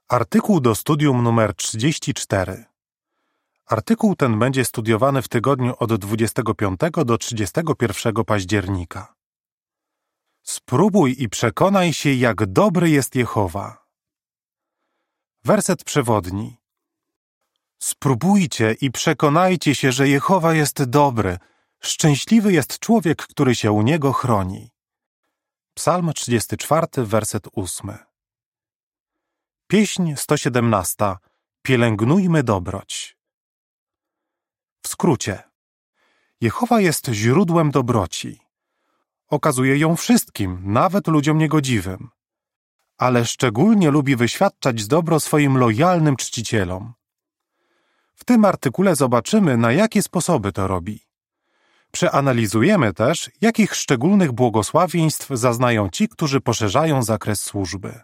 Artykuł do studium numer 34. Artykuł ten będzie studiowany w tygodniu od 25 do 31 października. Spróbuj i przekonaj się, jak dobry jest Jehowa. Werset przewodni. Spróbujcie i przekonajcie się, że Jehowa jest dobry. Szczęśliwy jest człowiek, który się u Niego chroni. Psalm 34, werset 8. Pieśń 117. Pielęgnujmy dobroć. W skrócie. Jehowa jest źródłem dobroci. Okazuje ją wszystkim, nawet ludziom niegodziwym. Ale szczególnie lubi wyświadczać dobro swoim lojalnym czcicielom. W tym artykule zobaczymy, na jakie sposoby to robi. Przeanalizujemy też, jakich szczególnych błogosławieństw zaznają ci, którzy poszerzają zakres służby.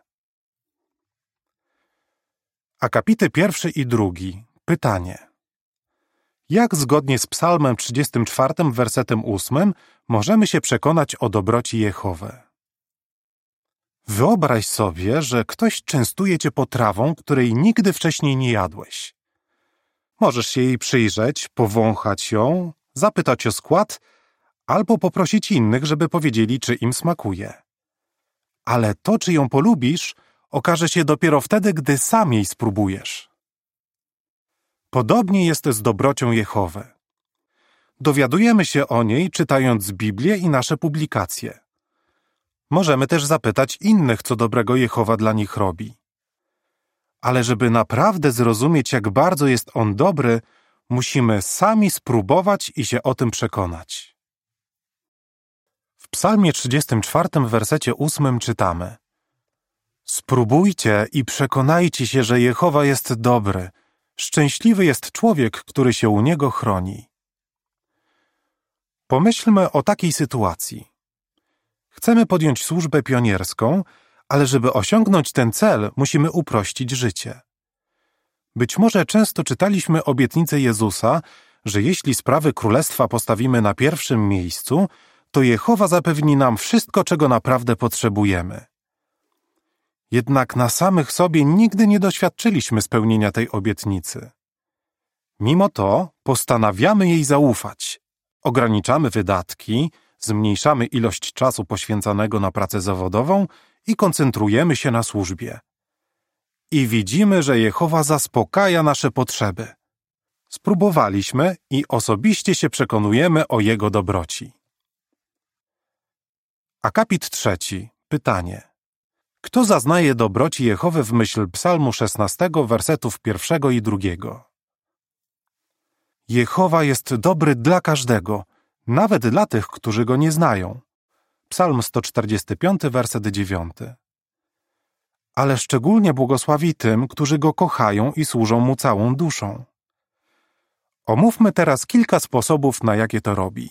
Akapity 1 i 2. Pytanie. Jak zgodnie z Psalmem 34, wersetem 8 możemy się przekonać o dobroci Jehowy? Wyobraź sobie, że ktoś częstuje cię potrawą, której nigdy wcześniej nie jadłeś. Możesz się jej przyjrzeć, powąchać ją, zapytać o skład, albo poprosić innych, żeby powiedzieli, czy im smakuje. Ale to, czy ją polubisz, okaże się dopiero wtedy, gdy sam jej spróbujesz. Podobnie jest z dobrocią Jehowy. Dowiadujemy się o niej, czytając Biblię i nasze publikacje. Możemy też zapytać innych, co dobrego Jehowa dla nich robi. Ale żeby naprawdę zrozumieć, jak bardzo jest On dobry, musimy sami spróbować i się o tym przekonać. W Psalmie 34, wersecie 8 czytamy: Spróbujcie i przekonajcie się, że Jehowa jest dobry. Szczęśliwy jest człowiek, który się u Niego chroni. Pomyślmy o takiej sytuacji. Chcemy podjąć służbę pionierską, ale żeby osiągnąć ten cel, musimy uprościć życie. Być może często czytaliśmy obietnicę Jezusa, że jeśli sprawy królestwa postawimy na pierwszym miejscu, to Jehowa zapewni nam wszystko, czego naprawdę potrzebujemy. Jednak na samych sobie nigdy nie doświadczyliśmy spełnienia tej obietnicy. Mimo to postanawiamy jej zaufać. Ograniczamy wydatki, zmniejszamy ilość czasu poświęcanego na pracę zawodową i koncentrujemy się na służbie. I widzimy, że Jehowa zaspokaja nasze potrzeby. Spróbowaliśmy i osobiście się przekonujemy o Jego dobroci. Akapit 3. Pytanie. Kto zaznaje dobroci Jehowy w myśl Psalmu 16, wersetów 1 i 2? Jehowa jest dobry dla każdego, nawet dla tych, którzy Go nie znają. Psalm 145, werset 9. Ale szczególnie błogosławi tym, którzy Go kochają i służą Mu całą duszą. Omówmy teraz kilka sposobów, na jakie to robi.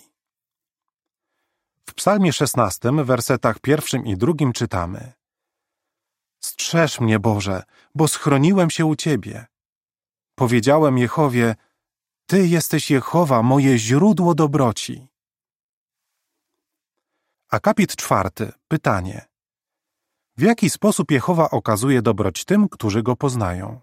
W Psalmie 16, wersetach 1 i 2 czytamy: Strzeż mnie, Boże, bo schroniłem się u Ciebie. Powiedziałem Jehowie: Ty jesteś Jehowa, moje źródło dobroci. Akapit 4. Pytanie. W jaki sposób Jehowa okazuje dobroć tym, którzy Go poznają?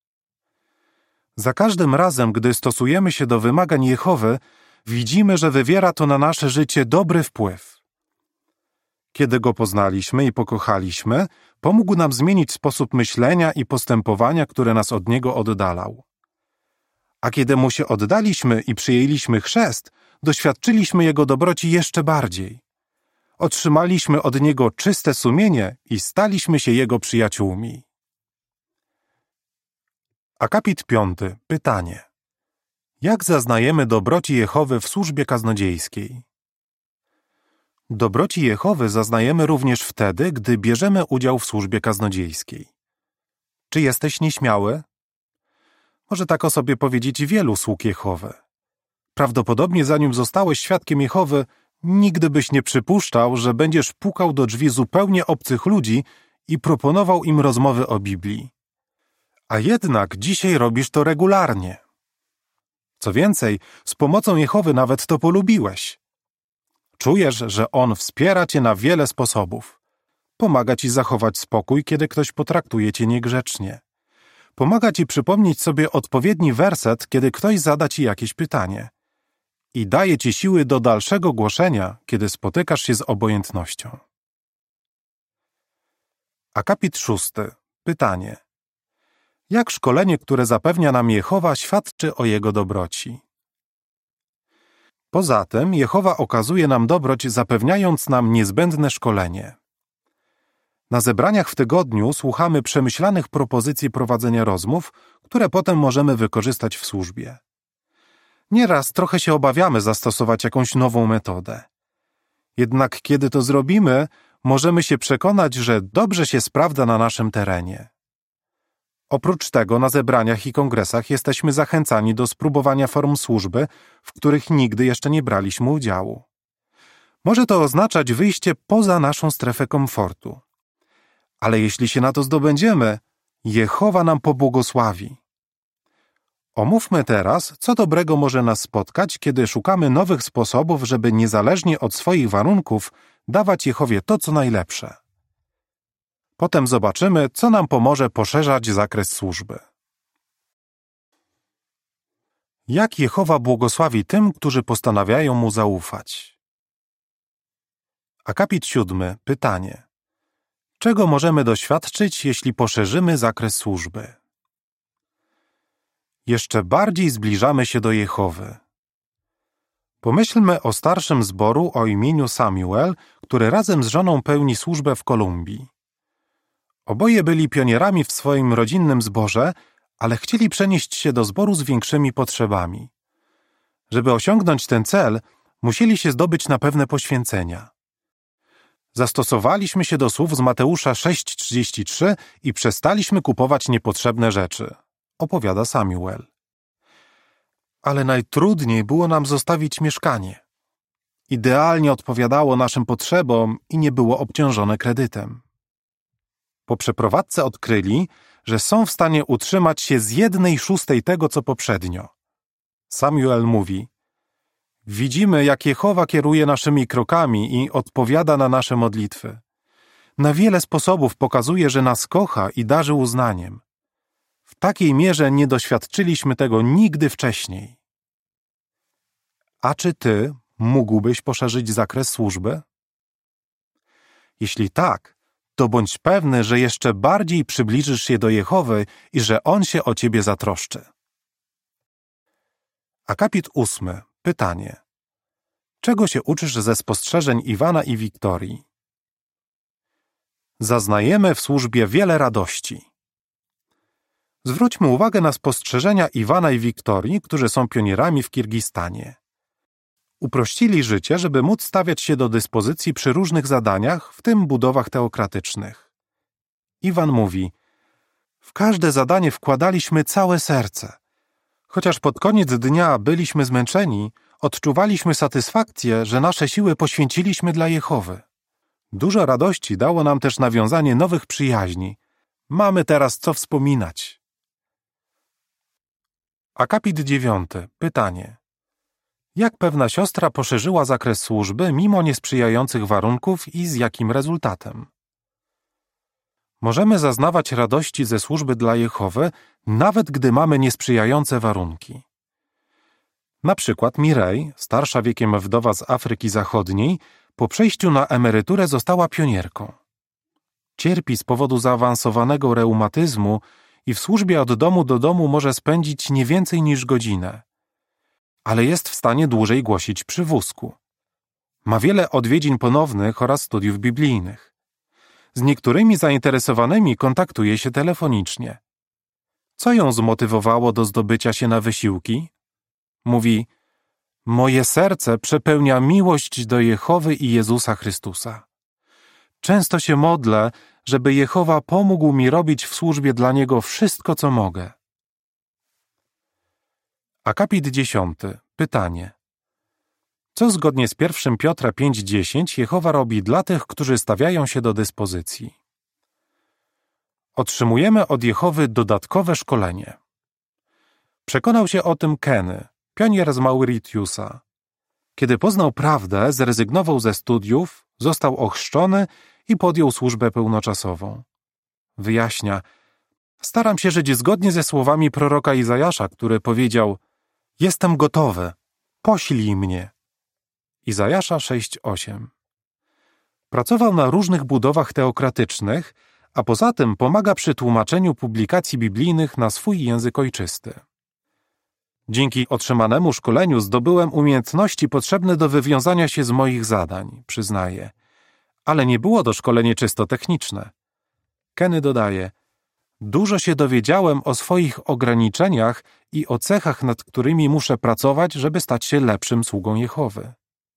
Za każdym razem, gdy stosujemy się do wymagań Jehowy, widzimy, że wywiera to na nasze życie dobry wpływ. Kiedy Go poznaliśmy i pokochaliśmy, pomógł nam zmienić sposób myślenia i postępowania, które nas od Niego oddalał. A kiedy Mu się oddaliśmy i przyjęliśmy chrzest, doświadczyliśmy Jego dobroci jeszcze bardziej. Otrzymaliśmy od Niego czyste sumienie i staliśmy się Jego przyjaciółmi. Akapit 5. Pytanie. Jak zaznajemy dobroci Jehowy w służbie kaznodziejskiej? Dobroci Jehowy zaznajemy również wtedy, gdy bierzemy udział w służbie kaznodziejskiej. Czy jesteś nieśmiały? Może tak o sobie powiedzieć wielu sług Jehowy. Prawdopodobnie zanim zostałeś świadkiem Jehowy, nigdy byś nie przypuszczał, że będziesz pukał do drzwi zupełnie obcych ludzi i proponował im rozmowy o Biblii. A jednak dzisiaj robisz to regularnie. Co więcej, z pomocą Jehowy nawet to polubiłeś. Czujesz, że On wspiera cię na wiele sposobów. Pomaga ci zachować spokój, kiedy ktoś potraktuje cię niegrzecznie. Pomaga ci przypomnieć sobie odpowiedni werset, kiedy ktoś zada ci jakieś pytanie. I daje ci siły do dalszego głoszenia, kiedy spotykasz się z obojętnością. Akapit 6. Pytanie. Jak szkolenie, które zapewnia nam Jehowa, świadczy o Jego dobroci? Poza tym Jehowa okazuje nam dobroć, zapewniając nam niezbędne szkolenie. Na zebraniach w tygodniu słuchamy przemyślanych propozycji prowadzenia rozmów, które potem możemy wykorzystać w służbie. Nieraz trochę się obawiamy zastosować jakąś nową metodę. Jednak kiedy to zrobimy, możemy się przekonać, że dobrze się sprawdza na naszym terenie. Oprócz tego na zebraniach i kongresach jesteśmy zachęcani do spróbowania form służby, w których nigdy jeszcze nie braliśmy udziału. Może to oznaczać wyjście poza naszą strefę komfortu. Ale jeśli się na to zdobędziemy, Jehowa nam pobłogosławi. Omówmy teraz, co dobrego może nas spotkać, kiedy szukamy nowych sposobów, żeby niezależnie od swoich warunków dawać Jehowie to, co najlepsze. Potem zobaczymy, co nam pomoże poszerzać zakres służby. Jak Jehowa błogosławi tym, którzy postanawiają Mu zaufać? Akapit 7. Pytanie. Czego możemy doświadczyć, jeśli poszerzymy zakres służby? Jeszcze bardziej zbliżamy się do Jehowy. Pomyślmy o starszym zboru o imieniu Samuel, który razem z żoną pełni służbę w Kolumbii. Oboje byli pionierami w swoim rodzinnym zborze, ale chcieli przenieść się do zboru z większymi potrzebami. Żeby osiągnąć ten cel, musieli się zdobyć na pewne poświęcenia. Zastosowaliśmy się do słów z Mateusza 6:33 i przestaliśmy kupować niepotrzebne rzeczy, opowiada Samuel. Ale najtrudniej było nam zostawić mieszkanie. Idealnie odpowiadało naszym potrzebom i nie było obciążone kredytem. Po przeprowadzce odkryli, że są w stanie utrzymać się z 1/6 tego, co poprzednio. Samuel mówi: widzimy, jak Jehowa kieruje naszymi krokami i odpowiada na nasze modlitwy. Na wiele sposobów pokazuje, że nas kocha i darzy uznaniem. W takiej mierze nie doświadczyliśmy tego nigdy wcześniej. A czy ty mógłbyś poszerzyć zakres służby? Jeśli tak, to bądź pewny, że jeszcze bardziej przybliżysz się do Jehowy i że On się o ciebie zatroszczy. Akapit 8. Pytanie. Czego się uczysz ze spostrzeżeń Iwana i Wiktorii? Zaznajemy w służbie wiele radości. Zwróćmy uwagę na spostrzeżenia Iwana i Wiktorii, którzy są pionierami w Kirgistanie. Uprościli życie, żeby móc stawiać się do dyspozycji przy różnych zadaniach, w tym budowach teokratycznych. Iwan mówi: w każde zadanie wkładaliśmy całe serce. Chociaż pod koniec dnia byliśmy zmęczeni, odczuwaliśmy satysfakcję, że nasze siły poświęciliśmy dla Jehowy. Dużo radości dało nam też nawiązanie nowych przyjaźni. Mamy teraz co wspominać. Akapit 9. Pytanie. Jak pewna siostra poszerzyła zakres służby mimo niesprzyjających warunków i z jakim rezultatem? Możemy zaznawać radości ze służby dla Jehowy, nawet gdy mamy niesprzyjające warunki. Na przykład Mirej, starsza wiekiem wdowa z Afryki Zachodniej, po przejściu na emeryturę została pionierką. Cierpi z powodu zaawansowanego reumatyzmu i w służbie od domu do domu może spędzić nie więcej niż godzinę. Ale jest w stanie dłużej głosić przy wózku. Ma wiele odwiedzin ponownych oraz studiów biblijnych. Z niektórymi zainteresowanymi kontaktuje się telefonicznie. Co ją zmotywowało do zdobycia się na wysiłki? Mówi: moje serce przepełnia miłość do Jehowy i Jezusa Chrystusa. Często się modlę, żeby Jehowa pomógł mi robić w służbie dla Niego wszystko, co mogę. Akapit 10. Pytanie. Co zgodnie z 1 Piotra 5:10 Jehowa robi dla tych, którzy stawiają się do dyspozycji? Otrzymujemy od Jehowy dodatkowe szkolenie. Przekonał się o tym Kenny, pionier z Mauritiusa. Kiedy poznał prawdę, zrezygnował ze studiów, został ochrzczony i podjął służbę pełnoczasową. Wyjaśnia: Staram się żyć zgodnie ze słowami proroka Izajasza, który powiedział: jestem gotowy, poślij mnie. Izajasza 6:8. Pracował na różnych budowach teokratycznych, a poza tym pomaga przy tłumaczeniu publikacji biblijnych na swój język ojczysty. Dzięki otrzymanemu szkoleniu zdobyłem umiejętności potrzebne do wywiązania się z moich zadań, przyznaje. Ale nie było to szkolenie czysto techniczne. Kenny dodaje: dużo się dowiedziałem o swoich ograniczeniach i o cechach, nad którymi muszę pracować, żeby stać się lepszym sługą Jehowy.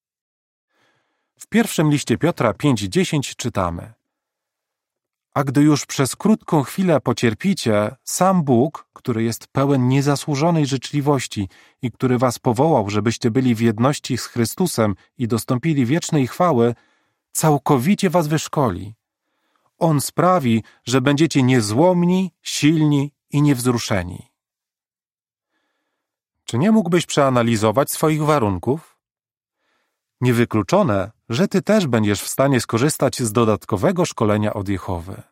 W pierwszym liście Piotra 5:10 czytamy: a gdy już przez krótką chwilę pocierpicie, sam Bóg, który jest pełen niezasłużonej życzliwości i który was powołał, żebyście byli w jedności z Chrystusem i dostąpili wiecznej chwały, całkowicie was wyszkoli. On sprawi, że będziecie niezłomni, silni i niewzruszeni. Czy nie mógłbyś przeanalizować swoich warunków? Niewykluczone, że ty też będziesz w stanie skorzystać z dodatkowego szkolenia od Jehowy.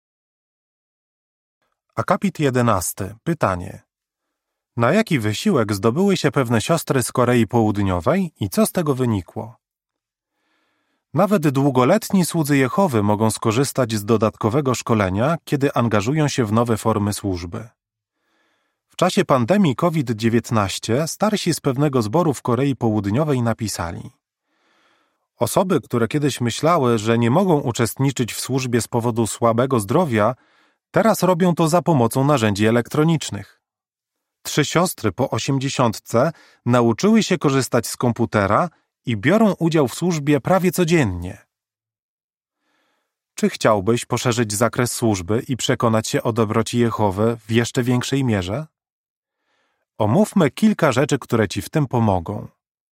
Akapit 11. Pytanie. Na jaki wysiłek zdobyły się pewne siostry z Korei Południowej i co z tego wynikło? Nawet długoletni słudzy Jehowy mogą skorzystać z dodatkowego szkolenia, kiedy angażują się w nowe formy służby. W czasie pandemii COVID-19 starsi z pewnego zboru w Korei Południowej napisali: osoby, które kiedyś myślały, że nie mogą uczestniczyć w służbie z powodu słabego zdrowia, teraz robią to za pomocą narzędzi elektronicznych. 3 siostry po 80 nauczyły się korzystać z komputera i biorą udział w służbie prawie codziennie. Czy chciałbyś poszerzyć zakres służby i przekonać się o dobroci Jehowy w jeszcze większej mierze? Omówmy kilka rzeczy, które ci w tym pomogą.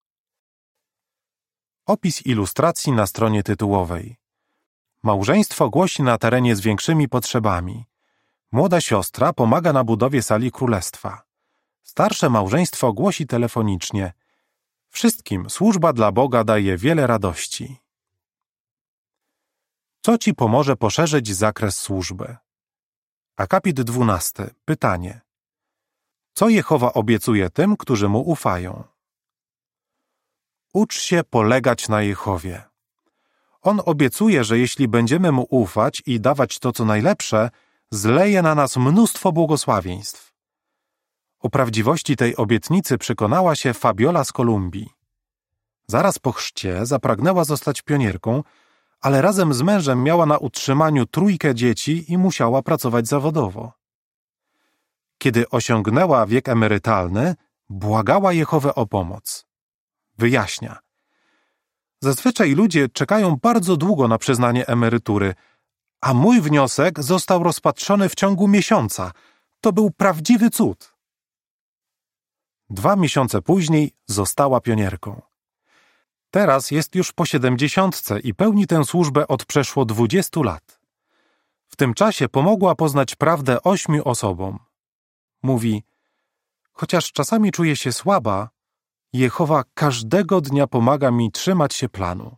Opis ilustracji na stronie tytułowej. Małżeństwo głosi na terenie z większymi potrzebami. Młoda siostra pomaga na budowie sali królestwa. Starsze małżeństwo głosi telefonicznie. Wszystkim służba dla Boga daje wiele radości. Co ci pomoże poszerzyć zakres służby? Akapit 12. Pytanie. Co Jehowa obiecuje tym, którzy Mu ufają? Ucz się polegać na Jehowie. On obiecuje, że jeśli będziemy Mu ufać i dawać to, co najlepsze, zleje na nas mnóstwo błogosławieństw. O prawdziwości tej obietnicy przekonała się Fabiola z Kolumbii. Zaraz po chrzcie zapragnęła zostać pionierką, ale razem z mężem miała na utrzymaniu 3 dzieci i musiała pracować zawodowo. Kiedy osiągnęła wiek emerytalny, błagała Jehowę o pomoc. Wyjaśnia. Zazwyczaj ludzie czekają bardzo długo na przyznanie emerytury, a mój wniosek został rozpatrzony w ciągu miesiąca. To był prawdziwy cud. 2 miesiące później została pionierką. Teraz jest już po 70 i pełni tę służbę od przeszło 20 lat. W tym czasie pomogła poznać prawdę 8 osobom. Mówi: chociaż czasami czuję się słaba, Jehowa każdego dnia pomaga mi trzymać się planu.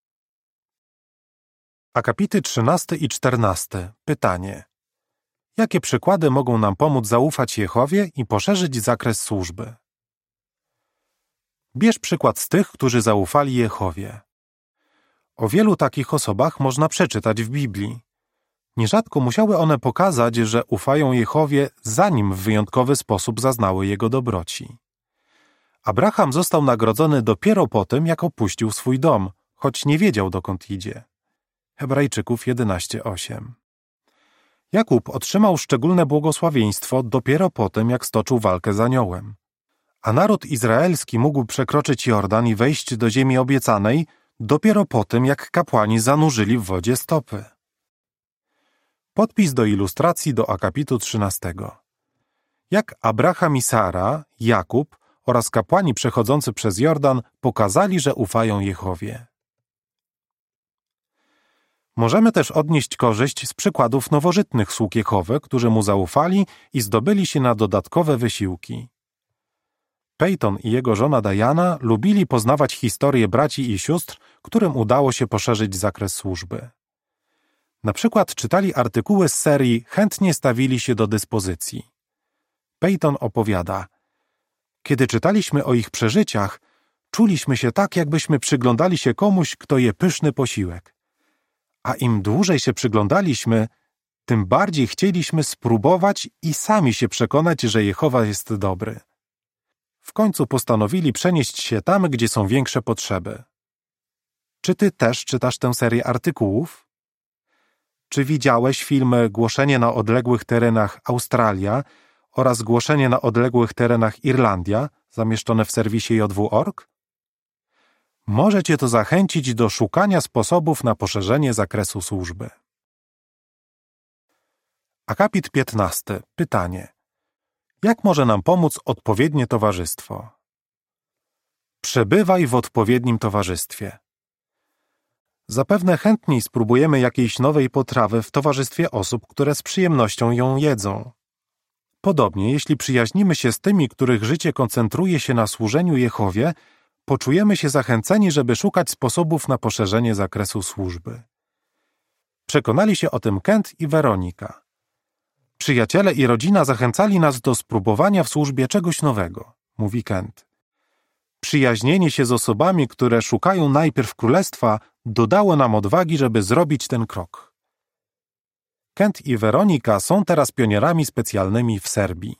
Akapity 13 i 14. Pytanie. Jakie przykłady mogą nam pomóc zaufać Jehowie i poszerzyć zakres służby? Bierz przykład z tych, którzy zaufali Jehowie. O wielu takich osobach można przeczytać w Biblii. Nierzadko musiały one pokazać, że ufają Jehowie, zanim w wyjątkowy sposób zaznały Jego dobroci. Abraham został nagrodzony dopiero po tym, jak opuścił swój dom, choć nie wiedział, dokąd idzie. Hebrajczyków 11:8. Jakub otrzymał szczególne błogosławieństwo dopiero po tym, jak stoczył walkę z aniołem. A naród izraelski mógł przekroczyć Jordan i wejść do ziemi obiecanej dopiero po tym, jak kapłani zanurzyli w wodzie stopy. Podpis do ilustracji do akapitu 13. Jak Abraham i Sara, Jakub oraz kapłani przechodzący przez Jordan pokazali, że ufają Jehowie. Możemy też odnieść korzyść z przykładów nowożytnych sług Jehowy, którzy Mu zaufali i zdobyli się na dodatkowe wysiłki. Peyton i jego żona Diana lubili poznawać historię braci i sióstr, którym udało się poszerzyć zakres służby. Na przykład czytali artykuły z serii Chętnie stawili się do dyspozycji. Peyton opowiada: kiedy czytaliśmy o ich przeżyciach, czuliśmy się tak, jakbyśmy przyglądali się komuś, kto je pyszny posiłek. A im dłużej się przyglądaliśmy, tym bardziej chcieliśmy spróbować i sami się przekonać, że Jehowa jest dobry. W końcu postanowili przenieść się tam, gdzie są większe potrzeby. Czy ty też czytasz tę serię artykułów? Czy widziałeś filmy Głoszenie na odległych terenach Australia oraz Głoszenie na odległych terenach Irlandia, zamieszczone w serwisie JW.org? Może cię to zachęcić do szukania sposobów na poszerzenie zakresu służby. Akapit 15. Pytanie. Jak może nam pomóc odpowiednie towarzystwo? Przebywaj w odpowiednim towarzystwie. Zapewne chętniej spróbujemy jakiejś nowej potrawy w towarzystwie osób, które z przyjemnością ją jedzą. Podobnie, jeśli przyjaźnimy się z tymi, których życie koncentruje się na służeniu Jehowie, poczujemy się zachęceni, żeby szukać sposobów na poszerzenie zakresu służby. Przekonali się o tym Kent i Weronika. Przyjaciele i rodzina zachęcali nas do spróbowania w służbie czegoś nowego, mówi Kent. Przyjaźnienie się z osobami, które szukają najpierw królestwa, dodało nam odwagi, żeby zrobić ten krok. Kent i Weronika są teraz pionierami specjalnymi w Serbii.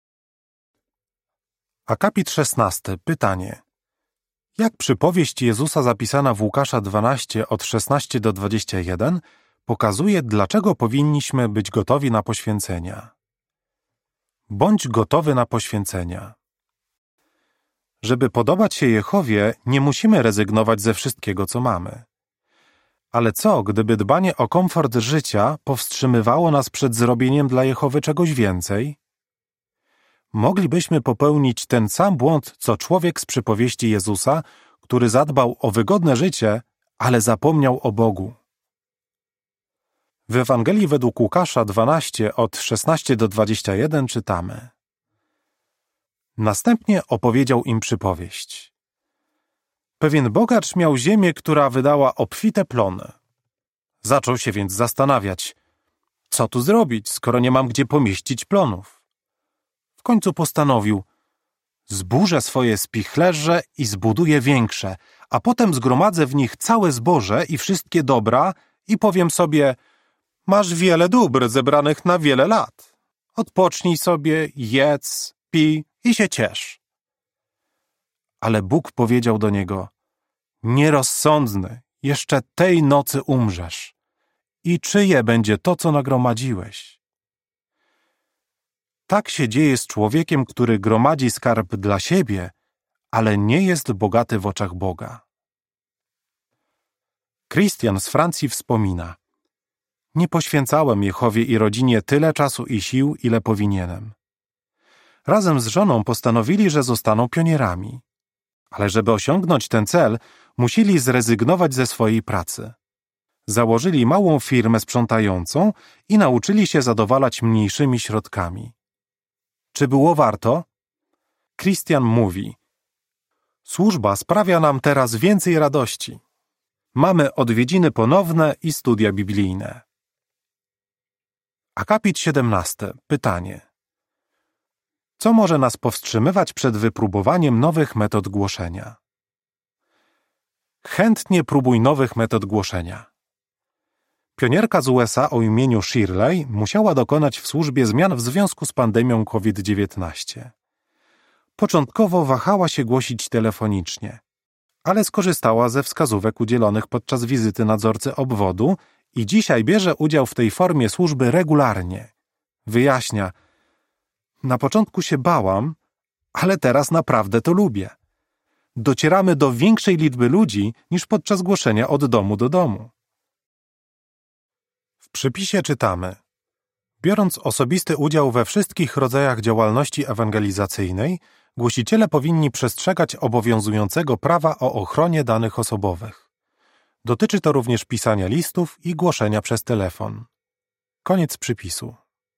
Akapit 16. Pytanie. Jak przypowieść Jezusa zapisana w Łukasza 12 od 16 do 21 pokazuje, dlaczego powinniśmy być gotowi na poświęcenia? Bądź gotowy na poświęcenia. Żeby podobać się Jehowie, nie musimy rezygnować ze wszystkiego, co mamy. Ale co, gdyby dbanie o komfort życia powstrzymywało nas przed zrobieniem dla Jehowy czegoś więcej? Moglibyśmy popełnić ten sam błąd, co człowiek z przypowieści Jezusa, który zadbał o wygodne życie, ale zapomniał o Bogu. W Ewangelii według Łukasza 12 od 16 do 21 czytamy. Następnie opowiedział im przypowieść. Pewien bogacz miał ziemię, która wydała obfite plony. Zaczął się więc zastanawiać, co tu zrobić, skoro nie mam gdzie pomieścić plonów. W końcu postanowił, zburzę swoje spichlerze i zbuduję większe, a potem zgromadzę w nich całe zboże i wszystkie dobra i powiem sobie, masz wiele dóbr zebranych na wiele lat. Odpocznij sobie, jedz, pij i się ciesz. Ale Bóg powiedział do niego, nierozsądny, jeszcze tej nocy umrzesz. I czyje będzie to, co nagromadziłeś? Tak się dzieje z człowiekiem, który gromadzi skarb dla siebie, ale nie jest bogaty w oczach Boga. Christian z Francji wspomina, nie poświęcałem Jehowie i rodzinie tyle czasu i sił, ile powinienem. Razem z żoną postanowili, że zostaną pionierami. Ale żeby osiągnąć ten cel, musieli zrezygnować ze swojej pracy. Założyli małą firmę sprzątającą i nauczyli się zadowalać mniejszymi środkami. Czy było warto? Christian mówi, służba sprawia nam teraz więcej radości. Mamy odwiedziny ponowne i studia biblijne. Akapit 17. Pytanie. Co może nas powstrzymywać przed wypróbowaniem nowych metod głoszenia? Chętnie próbuj nowych metod głoszenia. Pionierka z USA o imieniu Shirley musiała dokonać w służbie zmian w związku z pandemią COVID-19. Początkowo wahała się głosić telefonicznie, ale skorzystała ze wskazówek udzielonych podczas wizyty nadzorcy obwodu i dzisiaj bierze udział w tej formie służby regularnie. Wyjaśnia, na początku się bałam, ale teraz naprawdę to lubię. Docieramy do większej liczby ludzi niż podczas głoszenia od domu do domu. W przypisie czytamy, biorąc osobisty udział we wszystkich rodzajach działalności ewangelizacyjnej, głosiciele powinni przestrzegać obowiązującego prawa o ochronie danych osobowych. Dotyczy to również pisania listów i głoszenia przez telefon. Koniec przypisu.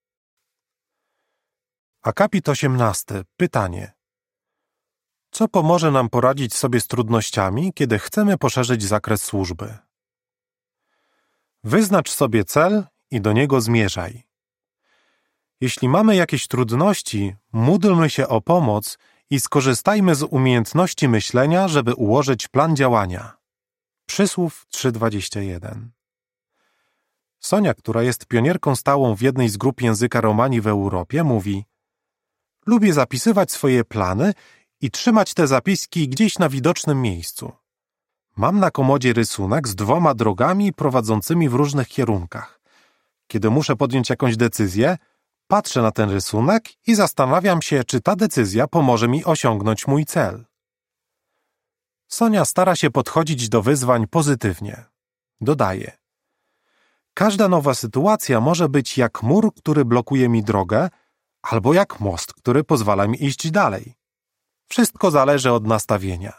Akapit 18. Pytanie. Co pomoże nam poradzić sobie z trudnościami, kiedy chcemy poszerzyć zakres służby? Wyznacz sobie cel i do niego zmierzaj. Jeśli mamy jakieś trudności, módlmy się o pomoc i skorzystajmy z umiejętności myślenia, żeby ułożyć plan działania. Przysłów 3:21. Sonia, która jest pionierką stałą w jednej z grup języka Romani w Europie, mówi: lubię zapisywać swoje plany i trzymać te zapiski gdzieś na widocznym miejscu. Mam na komodzie rysunek z 2 drogami prowadzącymi w różnych kierunkach. Kiedy muszę podjąć jakąś decyzję, patrzę na ten rysunek i zastanawiam się, czy ta decyzja pomoże mi osiągnąć mój cel. Sonia stara się podchodzić do wyzwań pozytywnie. Dodaje: każda nowa sytuacja może być jak mur, który blokuje mi drogę, albo jak most, który pozwala mi iść dalej. Wszystko zależy od nastawienia.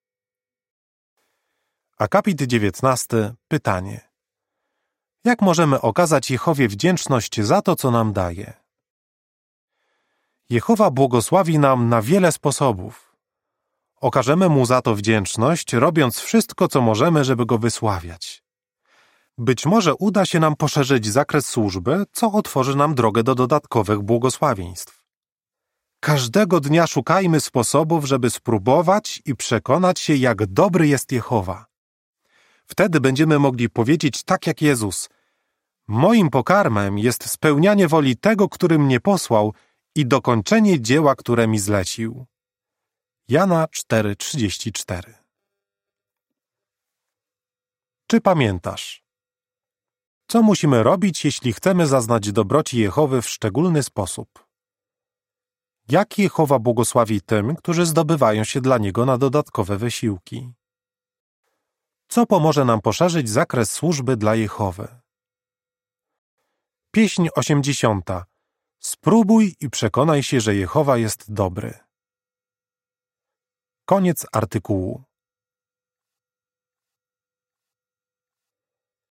Akapit 19. Pytanie: jak możemy okazać Jehowie wdzięczność za to, co nam daje? Jehowa błogosławi nam na wiele sposobów. Okażemy Mu za to wdzięczność, robiąc wszystko, co możemy, żeby Go wysławiać. Być może uda się nam poszerzyć zakres służby, co otworzy nam drogę do dodatkowych błogosławieństw. Każdego dnia szukajmy sposobów, żeby spróbować i przekonać się, jak dobry jest Jehowa. Wtedy będziemy mogli powiedzieć tak jak Jezus: moim pokarmem jest spełnianie woli tego, który mnie posłał, i dokończenie dzieła, które mi zlecił. Jana 4:34. Czy pamiętasz? Co musimy robić, jeśli chcemy zaznać dobroci Jehowy w szczególny sposób? Jak Jehowa błogosławi tym, którzy zdobywają się dla Niego na dodatkowe wysiłki? Co pomoże nam poszerzyć zakres służby dla Jehowy? Pieśń 80. Spróbuj i przekonaj się, że Jehowa jest dobry. Koniec artykułu.